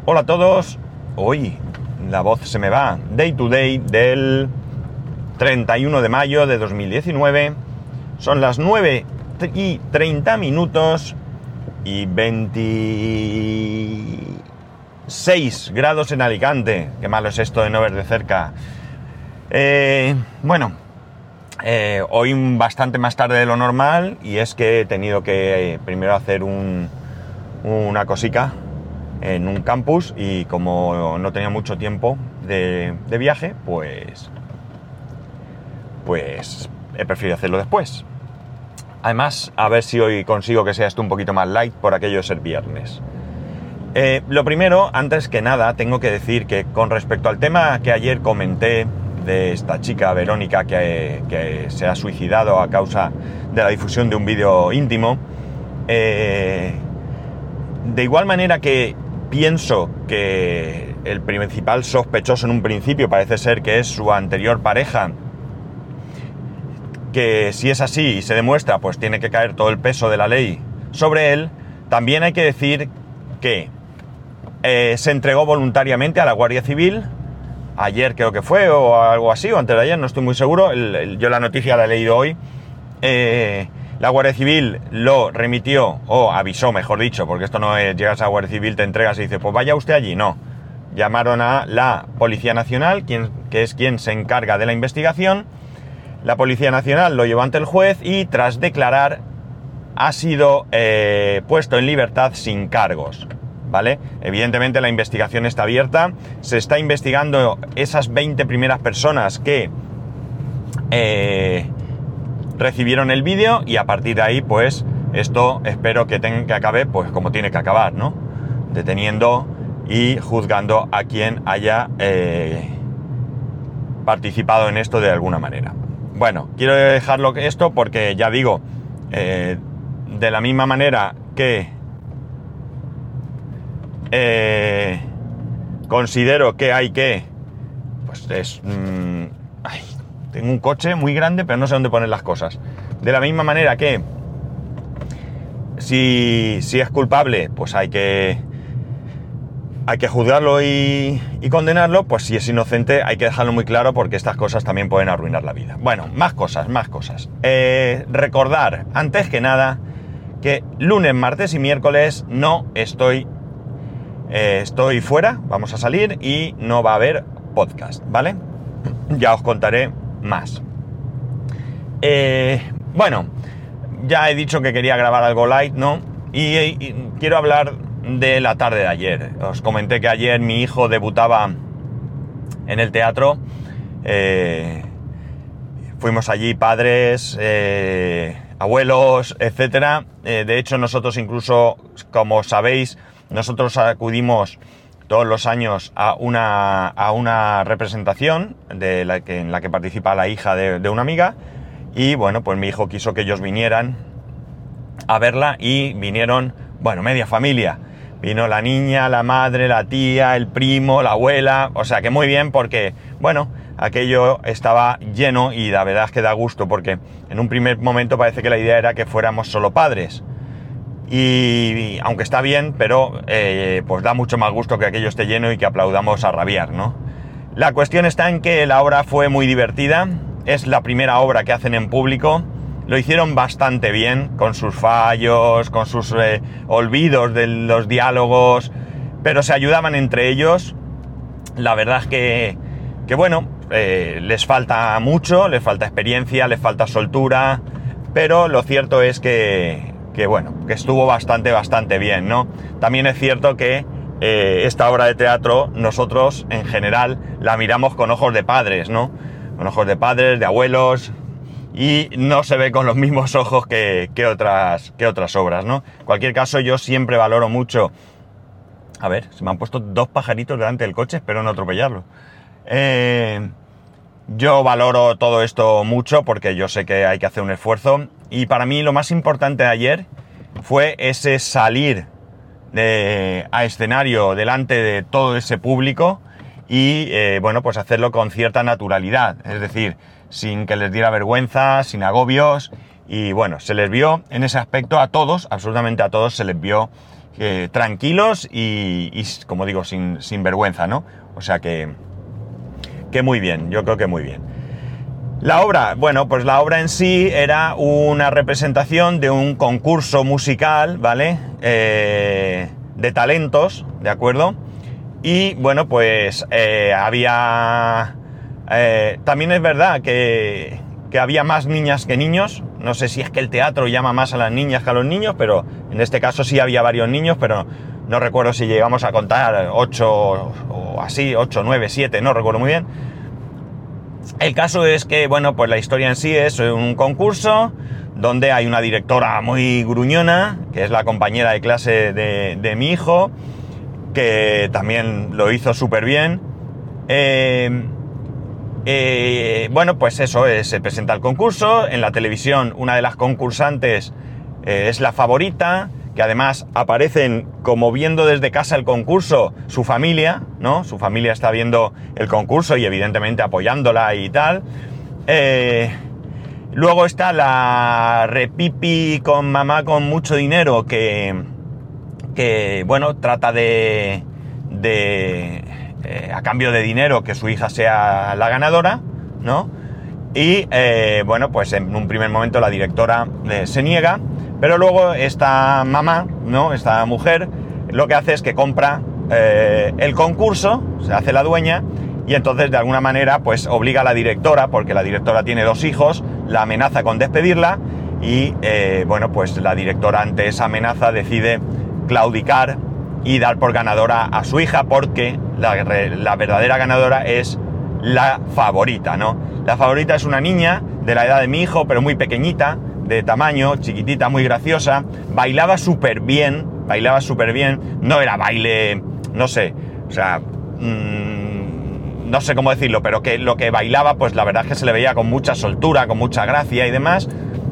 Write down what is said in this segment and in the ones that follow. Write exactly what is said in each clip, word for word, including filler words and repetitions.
Hola a todos. Hoy la voz se me va. Day to day del treinta y uno de mayo de dos mil diecinueve. Son las nueve y treinta minutos y veintiséis grados en Alicante. Qué malo es esto de no ver de cerca. Eh, bueno, eh, hoy bastante más tarde de lo normal, y es que he tenido que eh, primero hacer un, una cosica en un campus, y como no tenía mucho tiempo de, de viaje, pues pues he preferido hacerlo después. Además, a ver si hoy consigo que sea esto un poquito más light por aquello de ser viernes. Eh, lo primero, antes que nada, tengo que decir que con respecto al tema que ayer comenté de esta chica, Verónica, que, que se ha suicidado a causa de la difusión de un vídeo íntimo, eh, de igual manera que pienso que el principal sospechoso en un principio parece ser que es su anterior pareja, que si es así y se demuestra, pues tiene que caer todo el peso de la ley sobre él, también hay que decir que eh, se entregó voluntariamente a la Guardia Civil, ayer creo que fue, o algo así, o antes de ayer, no estoy muy seguro, el, el, yo la noticia la he leído hoy. eh, La Guardia Civil lo remitió, o avisó, mejor dicho, porque esto no es, llegas a la Guardia Civil, te entregas y dices, pues vaya usted allí. No, llamaron a la Policía Nacional, quien, que es quien se encarga de la investigación. La Policía Nacional lo llevó ante el juez y tras declarar ha sido eh, puesto en libertad sin cargos, ¿vale? Evidentemente la investigación está abierta, se está investigando esas veinte primeras personas que Eh, recibieron el vídeo, y a partir de ahí pues esto espero que, tenga, que acabe pues como tiene que acabar, ¿no? Deteniendo y juzgando a quien haya eh, participado en esto de alguna manera. Bueno, quiero dejarlo esto porque ya digo, eh, de la misma manera que eh, considero que hay que pues es mmm, ay, tengo un coche muy grande, pero no sé dónde poner las cosas. De la misma manera que si, si es culpable, pues hay que hay que juzgarlo y, y condenarlo. Pues si es inocente, hay que dejarlo muy claro, porque estas cosas también pueden arruinar la vida. Bueno, más cosas, más cosas. Eh, recordar, antes que nada, que lunes, martes y miércoles no estoy eh, estoy fuera, vamos a salir y no va a haber podcast, ¿vale? Ya os contaré más. Eh, bueno, ya he dicho que quería grabar algo light, ¿no? Y, y quiero hablar de la tarde de ayer. Os comenté que ayer mi hijo debutaba en el teatro. Eh, fuimos allí padres, eh, abuelos, etcétera. Eh, de hecho, nosotros incluso, como sabéis, nosotros acudimos todos los años a una, a una representación de la que, en la que participa la hija de, de una amiga, y bueno, pues mi hijo quiso que ellos vinieran a verla, y vinieron, bueno, media familia. Vino la niña, la madre, la tía, el primo, la abuela, o sea que muy bien, porque bueno, aquello estaba lleno, y la verdad es que da gusto, porque en un primer momento parece que la idea era que fuéramos solo padres. Y, y aunque está bien, pero eh, pues da mucho más gusto que aquello esté lleno y que aplaudamos a rabiar, ¿no? La cuestión está en que la obra fue muy divertida. Es la primera obra que hacen en público. Lo hicieron bastante bien, con sus fallos, con sus eh, olvidos de los diálogos, pero se ayudaban entre ellos. La verdad es que, que bueno, eh, les falta mucho, les falta experiencia, les falta soltura, pero lo cierto es que que bueno, que estuvo bastante, bastante bien, ¿no? También es cierto que eh, esta obra de teatro nosotros, en general, la miramos con ojos de padres, ¿no? Con ojos de padres, de abuelos, y no se ve con los mismos ojos que, que, otras, que otras obras, ¿no? En cualquier caso, yo siempre valoro mucho... A ver, se me han puesto dos pajaritos delante del coche, espero no atropellarlos. Eh... Yo valoro todo esto mucho, porque yo sé que hay que hacer un esfuerzo, y para mí lo más importante de ayer fue ese salir de, a escenario delante de todo ese público y eh, bueno, pues hacerlo con cierta naturalidad, es decir, sin que les diera vergüenza, sin agobios, y bueno, se les vio en ese aspecto a todos, absolutamente a todos se les vio eh, tranquilos y, y, como digo, sin, sin vergüenza, ¿no? O sea que, que muy bien, yo creo que muy bien. La obra, bueno, pues la obra en sí era una representación de un concurso musical, ¿vale? Eh, de talentos, ¿de acuerdo? Y bueno, pues eh, había... Eh, también es verdad que, que había más niñas que niños. No sé si es que el teatro llama más a las niñas que a los niños, pero en este caso sí había varios niños, pero no recuerdo si llegamos a contar ocho o así, ocho, nueve, siete, no recuerdo muy bien. El caso es que, bueno, pues la historia en sí es un concurso donde hay una directora muy gruñona, que es la compañera de clase de, de mi hijo, que también lo hizo súper bien. Eh, eh, bueno, pues eso, eh, se presenta el concurso. En la televisión una de las concursantes eh, es la favorita, que además aparecen como viendo desde casa el concurso su familia, ¿no? Su familia está viendo el concurso y evidentemente apoyándola y tal. Eh, luego está la repipi con mamá con mucho dinero que, que bueno, trata de, de eh, a cambio de dinero que su hija sea la ganadora, ¿no? Y eh, bueno, pues en un primer momento la directora eh, se niega. Pero luego esta mamá, ¿no? Esta mujer, lo que hace es que compra eh, el concurso, se hace la dueña, y entonces de alguna manera pues obliga a la directora, porque la directora tiene dos hijos, la amenaza con despedirla, y eh, bueno, pues la directora ante esa amenaza decide claudicar y dar por ganadora a su hija, porque la, la verdadera ganadora es la favorita, ¿no? La favorita es una niña de la edad de mi hijo, pero muy pequeñita, de tamaño, chiquitita, muy graciosa, bailaba súper bien, bailaba súper bien, no era baile, no sé, o sea, mmm, no sé cómo decirlo, pero que lo que bailaba, pues la verdad es que se le veía con mucha soltura, con mucha gracia y demás.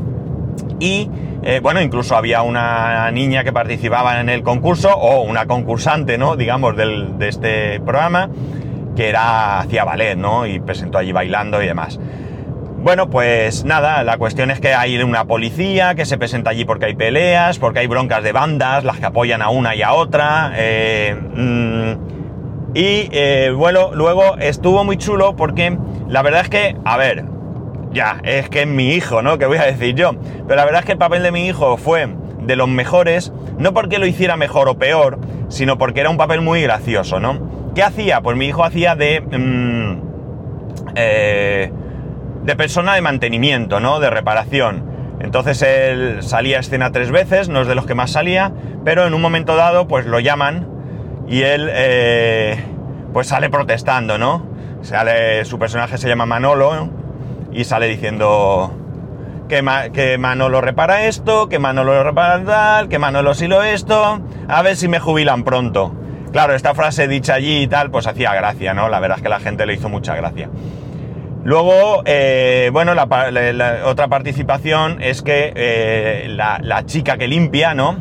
Y, eh, bueno, incluso había una niña que participaba en el concurso, o una concursante, ¿no?, digamos, del, de este programa, que era, hacía ballet, ¿no?, y presentó allí bailando y demás. Bueno, pues nada, la cuestión es que hay una policía que se presenta allí porque hay peleas, porque hay broncas de bandas, las que apoyan a una y a otra. Eh, mmm, y eh, bueno, luego estuvo muy chulo porque la verdad es que, a ver, ya, es que es mi hijo, ¿no? ¿Qué voy a decir yo? Pero la verdad es que el papel de mi hijo fue de los mejores, no porque lo hiciera mejor o peor, sino porque era un papel muy gracioso, ¿no? ¿Qué hacía? Pues mi hijo hacía de... Mmm, eh, de persona de mantenimiento, ¿no? De reparación. Entonces él salía a escena tres veces, no es de los que más salía, pero en un momento dado pues lo llaman y él eh, pues sale protestando, ¿no? Sale, su personaje se llama Manolo y sale diciendo que, Ma, que Manolo repara esto, que Manolo repara tal, que Manolo sí lo esto, a ver si me jubilan pronto. Claro, esta frase dicha allí y tal, pues hacía gracia, ¿no? La verdad es que la gente le hizo mucha gracia. Luego, eh, bueno, la, la, la otra participación es que eh, la, la chica que limpia, ¿no?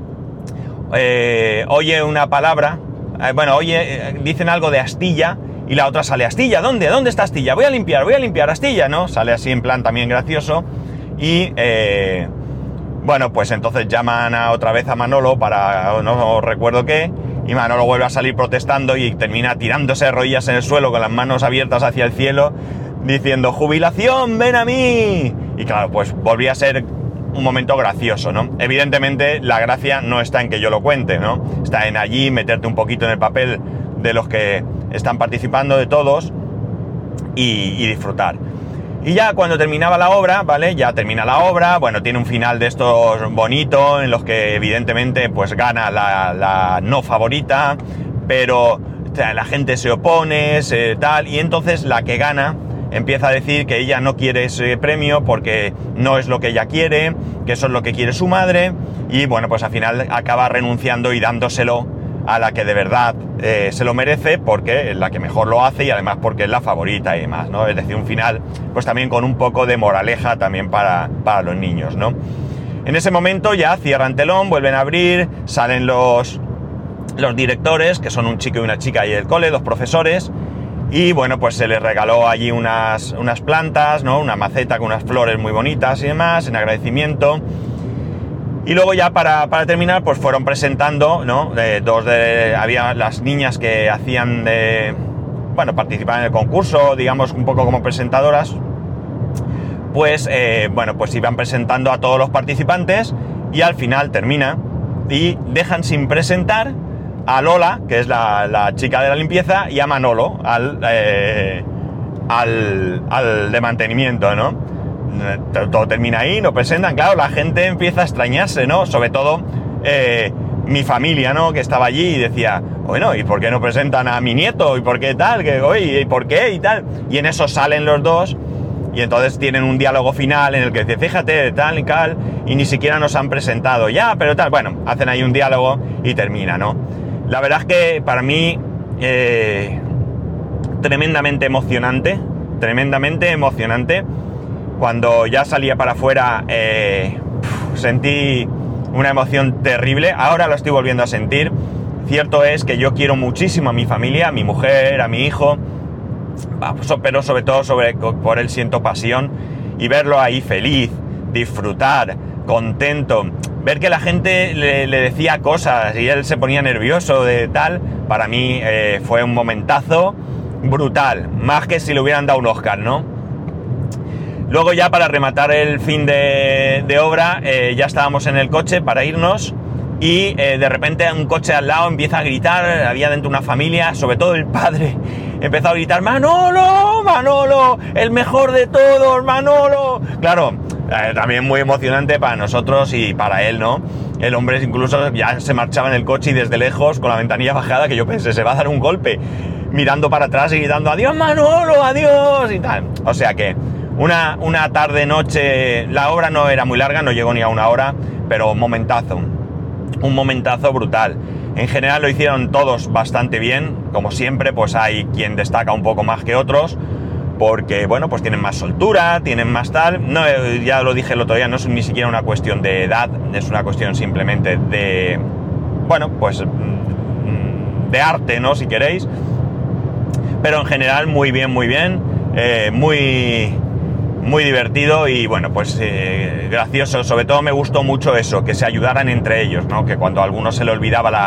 Eh, oye una palabra, eh, bueno, oye, eh, dicen algo de Astilla y la otra sale, Astilla, ¿dónde? ¿Dónde está Astilla? Voy a limpiar, voy a limpiar Astilla, ¿no? Sale así en plan también gracioso y, eh, bueno, pues entonces llaman a, otra vez a Manolo para, no recuerdo qué, y Manolo vuelve a salir protestando y termina tirándose de rodillas en el suelo con las manos abiertas hacia el cielo, diciendo, ¡jubilación, ven a mí! Y claro, pues volvía a ser un momento gracioso, ¿no? Evidentemente la gracia no está en que yo lo cuente, ¿no? Está en allí meterte un poquito en el papel de los que están participando, de todos, y, y disfrutar. Y ya cuando terminaba la obra, ¿vale? Ya termina la obra, bueno, tiene un final de estos bonito, en los que evidentemente pues gana la, la no favorita, pero o sea, la gente se opone, se, tal, y entonces la que gana empieza a decir que ella no quiere ese premio porque no es lo que ella quiere, que eso es lo que quiere su madre, y bueno, pues al final acaba renunciando y dándoselo a la que de verdad eh, se lo merece, porque es la que mejor lo hace y además porque es la favorita y demás, ¿no? Es decir, un final pues también con un poco de moraleja también para, para los niños, ¿no? En ese momento ya cierran telón, vuelven a abrir, salen los, los directores, que son un chico y una chica y el cole, dos profesores, y bueno, pues se les regaló allí unas, unas plantas, ¿no? Una maceta con unas flores muy bonitas y demás, en agradecimiento. Y luego ya para, para terminar, pues fueron presentando, ¿no? De, dos de... Había las niñas que hacían de... Bueno, participaban en el concurso, digamos, un poco como presentadoras. Pues, eh, bueno, pues iban presentando a todos los participantes y al final termina y dejan sin presentar a Lola, que es la, la chica de la limpieza, y a Manolo, al, eh, al, al de mantenimiento, ¿no? Todo termina ahí, lo presentan, claro, la gente empieza a extrañarse, ¿no? Sobre todo eh, mi familia, ¿no? Que estaba allí y decía, bueno, ¿y por qué no presentan a mi nieto? ¿Y por qué tal? Que, oye, ¿y por qué? Y tal. Y en eso salen los dos y entonces tienen un diálogo final en el que dice, fíjate, tal y tal, y ni siquiera nos han presentado ya, pero tal. Bueno, hacen ahí un diálogo y termina, ¿no? La verdad es que para mí eh, tremendamente emocionante, tremendamente emocionante. Cuando ya salía para afuera eh, sentí una emoción terrible, ahora lo estoy volviendo a sentir. Cierto es que yo quiero muchísimo a mi familia, a mi mujer, a mi hijo, pero sobre todo sobre, por él siento pasión, y verlo ahí feliz, disfrutar, contento, ver que la gente le, le decía cosas y él se ponía nervioso de tal, para mí eh, fue un momentazo brutal, más que si le hubieran dado un Oscar, ¿no? Luego ya para rematar el fin de, de obra, eh, ya estábamos en el coche para irnos y eh, de repente un coche al lado empieza a gritar, había dentro una familia, sobre todo el padre, empezó a gritar, ¡Manolo! ¡Manolo! ¡El mejor de todos! ¡Manolo! Claro, eh, también muy emocionante para nosotros y para él, ¿no? El hombre incluso ya se marchaba en el coche y desde lejos, con la ventanilla bajada, que yo pensé, se va a dar un golpe, mirando para atrás y gritando, ¡adiós, Manolo! ¡Adiós! Y tal. O sea que Una, una tarde-noche, la obra no era muy larga, no llegó ni a una hora, pero un momentazo, un momentazo brutal. En general lo hicieron todos bastante bien, como siempre, pues hay quien destaca un poco más que otros, porque, bueno, pues tienen más soltura, tienen más tal, no, ya lo dije el otro día, no es ni siquiera una cuestión de edad, es una cuestión simplemente de, bueno, pues de arte, ¿no? Si queréis, pero en general muy bien, muy bien, eh, muy... muy divertido y bueno, pues eh, gracioso. Sobre todo me gustó mucho eso, que se ayudaran entre ellos, ¿no? Que cuando a alguno se le olvidaba la,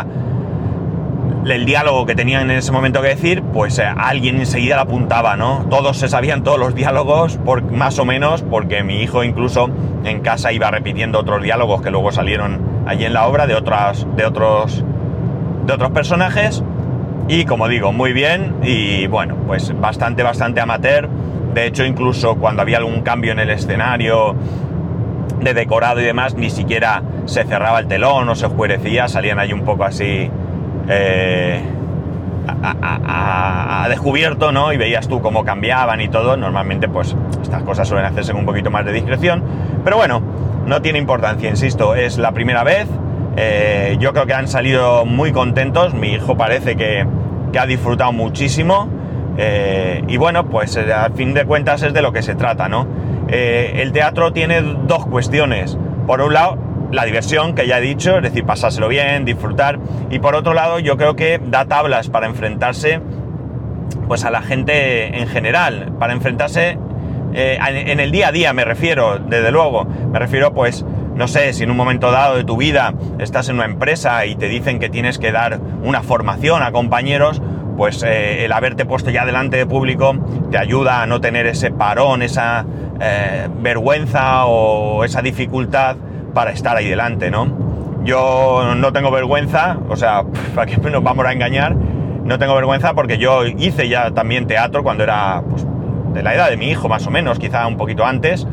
el diálogo que tenían en ese momento que decir, pues eh, alguien enseguida la apuntaba, ¿no? Todos se sabían todos los diálogos, por, más o menos, porque mi hijo incluso en casa iba repitiendo otros diálogos que luego salieron allí en la obra de otras, de otros, de otros personajes. Y como digo, muy bien y bueno, pues bastante, bastante amateur. De hecho, incluso cuando había algún cambio en el escenario de decorado y demás, ni siquiera se cerraba el telón o se oscurecía, salían ahí un poco así eh, a, a, a, a descubierto, ¿no? Y veías tú cómo cambiaban y todo. Normalmente, pues, estas cosas suelen hacerse con un poquito más de discreción. Pero bueno, no tiene importancia, insisto, es la primera vez. Eh, yo creo que han salido muy contentos. Mi hijo parece que, que ha disfrutado muchísimo. Eh, y bueno, pues eh, al fin de cuentas es de lo que se trata, ¿no? Eh, el teatro tiene dos cuestiones. Por un lado, la diversión, que ya he dicho, es decir, pasárselo bien, disfrutar. Y por otro lado, yo creo que da tablas para enfrentarse, pues, a la gente en general, para enfrentarse eh, en el día a día, me refiero, desde luego. Me refiero, pues, no sé, si en un momento dado de tu vida estás en una empresa y te dicen que tienes que dar una formación a compañeros, pues eh, el haberte puesto ya delante de público te ayuda a no tener ese parón, esa eh, vergüenza o esa dificultad para estar ahí delante, ¿no? Yo no tengo vergüenza, o sea, ¿para qué nos vamos a engañar? No tengo vergüenza porque yo hice ya también teatro cuando era, pues, de la edad de mi hijo más o menos, quizá un poquito antes.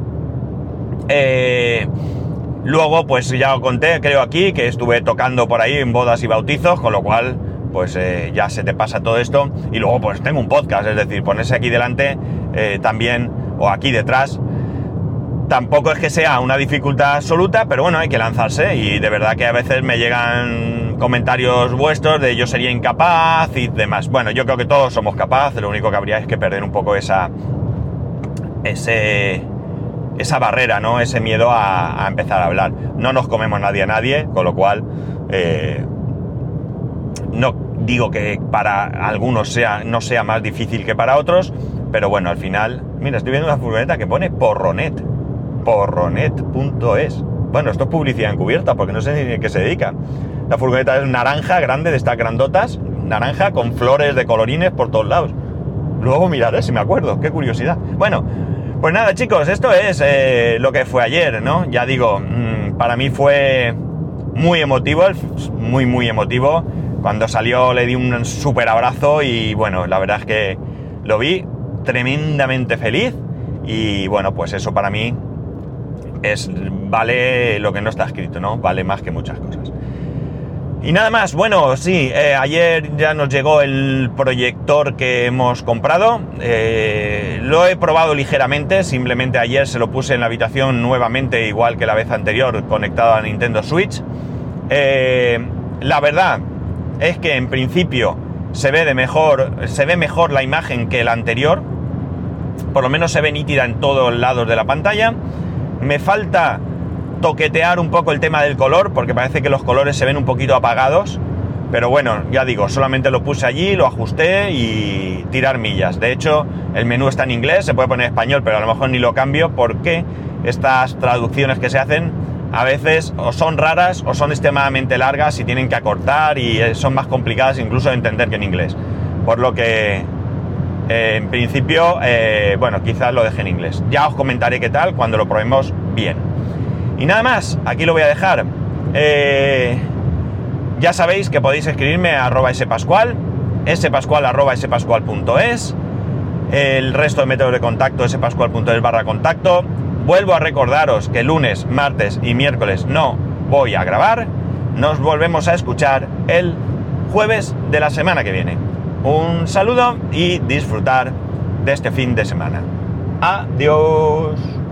Eh, luego, pues ya os conté, creo aquí, que estuve tocando por ahí en bodas y bautizos, con lo cual pues eh, ya se te pasa todo esto. Y luego pues tengo un podcast, es decir, ponerse aquí delante eh, también, o aquí detrás, tampoco es que sea una dificultad absoluta, pero bueno, hay que lanzarse. Y de verdad que a veces me llegan comentarios vuestros de yo sería incapaz y demás. Bueno, yo creo que todos somos capaces, lo único que habría es que perder un poco esa ese esa barrera, ¿no? Ese miedo a, a empezar a hablar. No nos comemos nadie a nadie, con lo cual eh, no digo que para algunos sea, no sea más difícil que para otros, pero bueno, al final, mira, estoy viendo una furgoneta que pone Porronet, porronet punto es, bueno, esto es publicidad encubierta, porque no sé ni a qué se dedica. La furgoneta es naranja, grande, de estas grandotas, naranja, con flores de colorines por todos lados. Luego miraré si me acuerdo, qué curiosidad. Bueno, pues nada, chicos, esto es eh, lo que fue ayer, ¿no? Ya digo, mmm, para mí fue muy emotivo, muy, muy emotivo. Cuando salió le di un súper abrazo y bueno, la verdad es que lo vi tremendamente feliz y bueno, pues eso para mí es, vale lo que no está escrito, ¿no? Vale más que muchas cosas. Y nada más, bueno, sí, eh, ayer ya nos llegó el proyector que hemos comprado, eh, lo he probado ligeramente, simplemente ayer se lo puse en la habitación nuevamente, igual que la vez anterior, conectado a Nintendo Switch. Eh, la verdad es que en principio se ve de mejor, se ve mejor la imagen que la anterior, por lo menos se ve nítida en todos lados de la pantalla. Me falta toquetear un poco el tema del color, porque parece que los colores se ven un poquito apagados, pero bueno, ya digo, solamente lo puse allí, lo ajusté y tirar millas. De hecho, el menú está en inglés, se puede poner en español, pero a lo mejor ni lo cambio porque estas traducciones que se hacen a veces o son raras o son extremadamente largas y tienen que acortar y son más complicadas incluso de entender que en inglés. Por lo que, eh, en principio, eh, bueno, quizás lo deje en inglés. Ya os comentaré qué tal cuando lo probemos bien. Y nada más, aquí lo voy a dejar. Eh, ya sabéis que podéis escribirme a arroba spascual, spascual arroba spascual punto es, el resto de métodos de contacto spascual punto es barra contacto. Vuelvo a recordaros que lunes, martes y miércoles no voy a grabar. Nos volvemos a escuchar el jueves de la semana que viene. Un saludo y disfrutar de este fin de semana. Adiós.